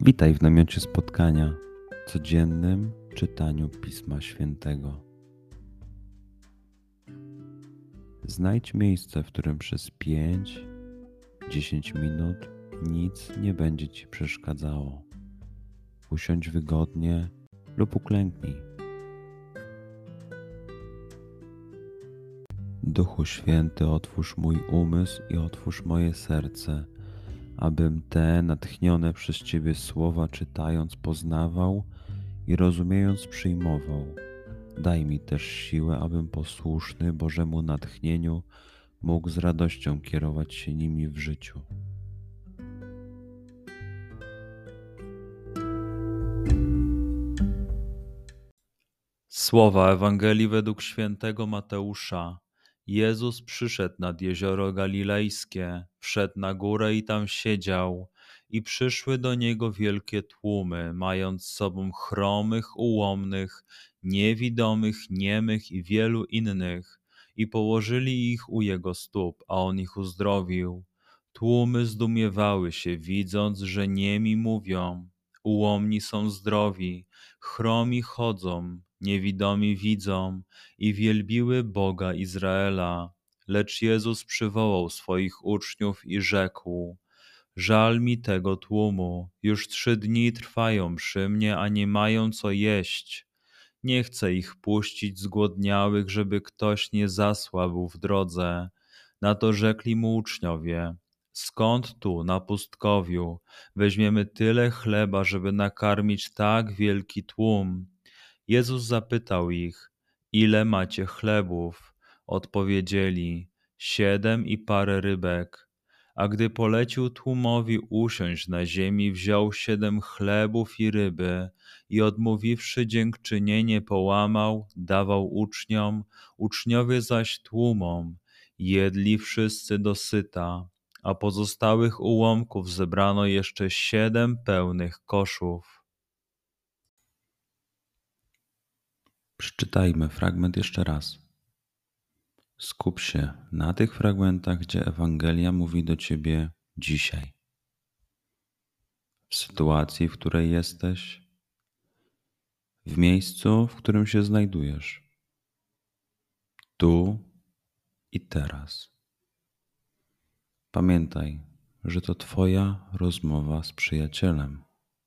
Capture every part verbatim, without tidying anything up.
Witaj w namiocie spotkania, codziennym czytaniu Pisma Świętego. Znajdź miejsce, w którym przez pięć do dziesięciu minut nic nie będzie Ci przeszkadzało. Usiądź wygodnie lub uklęknij. Duchu Święty, otwórz mój umysł i otwórz moje serce, abym te natchnione przez Ciebie słowa czytając poznawał i rozumiejąc przyjmował. Daj mi też siłę, abym posłuszny Bożemu natchnieniu mógł z radością kierować się nimi w życiu. Słowa Ewangelii według świętego Mateusza. Jezus przyszedł nad jezioro galilejskie, wszedł na górę i tam siedział. I przyszły do Niego wielkie tłumy, mając z sobą chromych, ułomnych, niewidomych, niemych i wielu innych. I położyli ich u Jego stóp, a On ich uzdrowił. Tłumy zdumiewały się, widząc, że niemi mówią, ułomni są zdrowi, chromi chodzą, niewidomi widzą i wielbiły Boga Izraela. Lecz Jezus przywołał swoich uczniów i rzekł: Żal mi tego tłumu, już trzy dni trwają przy mnie, a nie mają co jeść. Nie chcę ich puścić zgłodniałych, żeby ktoś nie zasłabł w drodze. Na to rzekli mu uczniowie: Skąd tu, na pustkowiu, weźmiemy tyle chleba, żeby nakarmić tak wielki tłum? Jezus zapytał ich: Ile macie chlebów? Odpowiedzieli: Siedem i parę rybek. A gdy polecił tłumowi usiąść na ziemi, wziął siedem chlebów i ryby i odmówiwszy dziękczynienie połamał, dawał uczniom, uczniowie zaś tłumom. Jedli wszyscy dosyta, a pozostałych ułomków zebrano jeszcze siedem pełnych koszów. Przeczytajmy fragment jeszcze raz. Skup się na tych fragmentach, gdzie Ewangelia mówi do Ciebie dzisiaj. W sytuacji, w której jesteś, w miejscu, w którym się znajdujesz, tu i teraz. Pamiętaj, że to Twoja rozmowa z przyjacielem.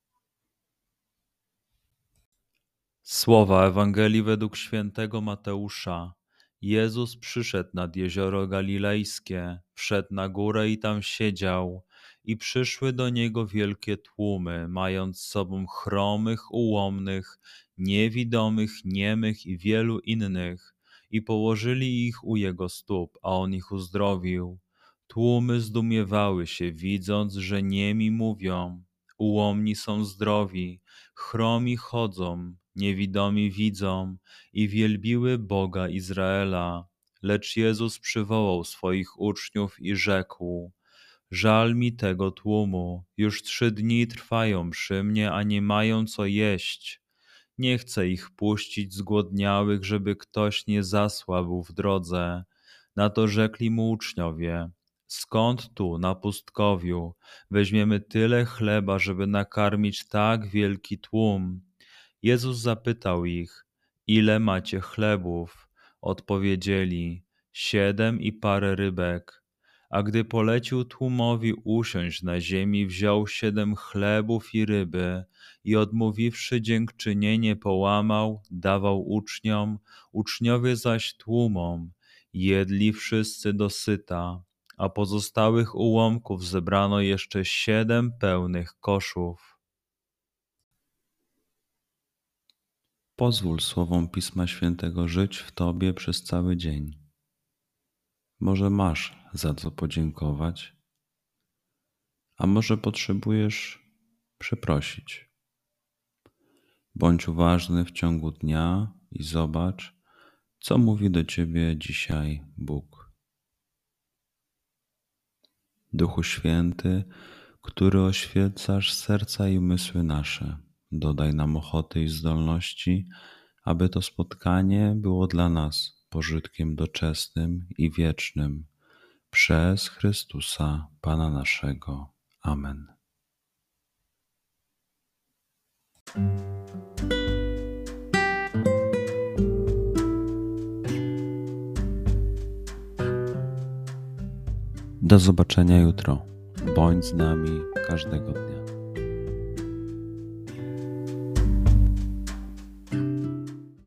Słowa Ewangelii według świętego Mateusza. Jezus przyszedł nad jezioro galilejskie, wszedł na górę i tam siedział. I przyszły do Niego wielkie tłumy, mając z sobą chromych, ułomnych, niewidomych, niemych i wielu innych. I położyli ich u Jego stóp, a On ich uzdrowił. Tłumy zdumiewały się, widząc, że niemi mówią, ułomni są zdrowi, chromi chodzą, niewidomi widzą i wielbiły Boga Izraela. Lecz Jezus przywołał swoich uczniów i rzekł: Żal mi tego tłumu, już trzy dni trwają przy mnie, a nie mają co jeść. Nie chcę ich puścić zgłodniałych, żeby ktoś nie zasłabł w drodze. Na to rzekli mu uczniowie: Skąd tu, na pustkowiu, weźmiemy tyle chleba, żeby nakarmić tak wielki tłum? Jezus zapytał ich: Ile macie chlebów? Odpowiedzieli: Siedem i parę rybek. A gdy polecił tłumowi usiąść na ziemi, wziął siedem chlebów i ryby i odmówiwszy dziękczynienie połamał, dawał uczniom, uczniowie zaś tłumom. Jedli wszyscy dosyta, a pozostałych ułomków zebrano jeszcze siedem pełnych koszów. Pozwól słowom Pisma Świętego żyć w Tobie przez cały dzień. Może masz za co podziękować, a może potrzebujesz przeprosić. Bądź uważny w ciągu dnia i zobacz, co mówi do Ciebie dzisiaj Bóg. Duchu Święty, który oświecasz serca i umysły nasze, dodaj nam ochoty i zdolności, aby to spotkanie było dla nas pożytkiem doczesnym i wiecznym. Przez Chrystusa, Pana naszego. Amen. Do zobaczenia jutro. Bądź z nami każdego dnia.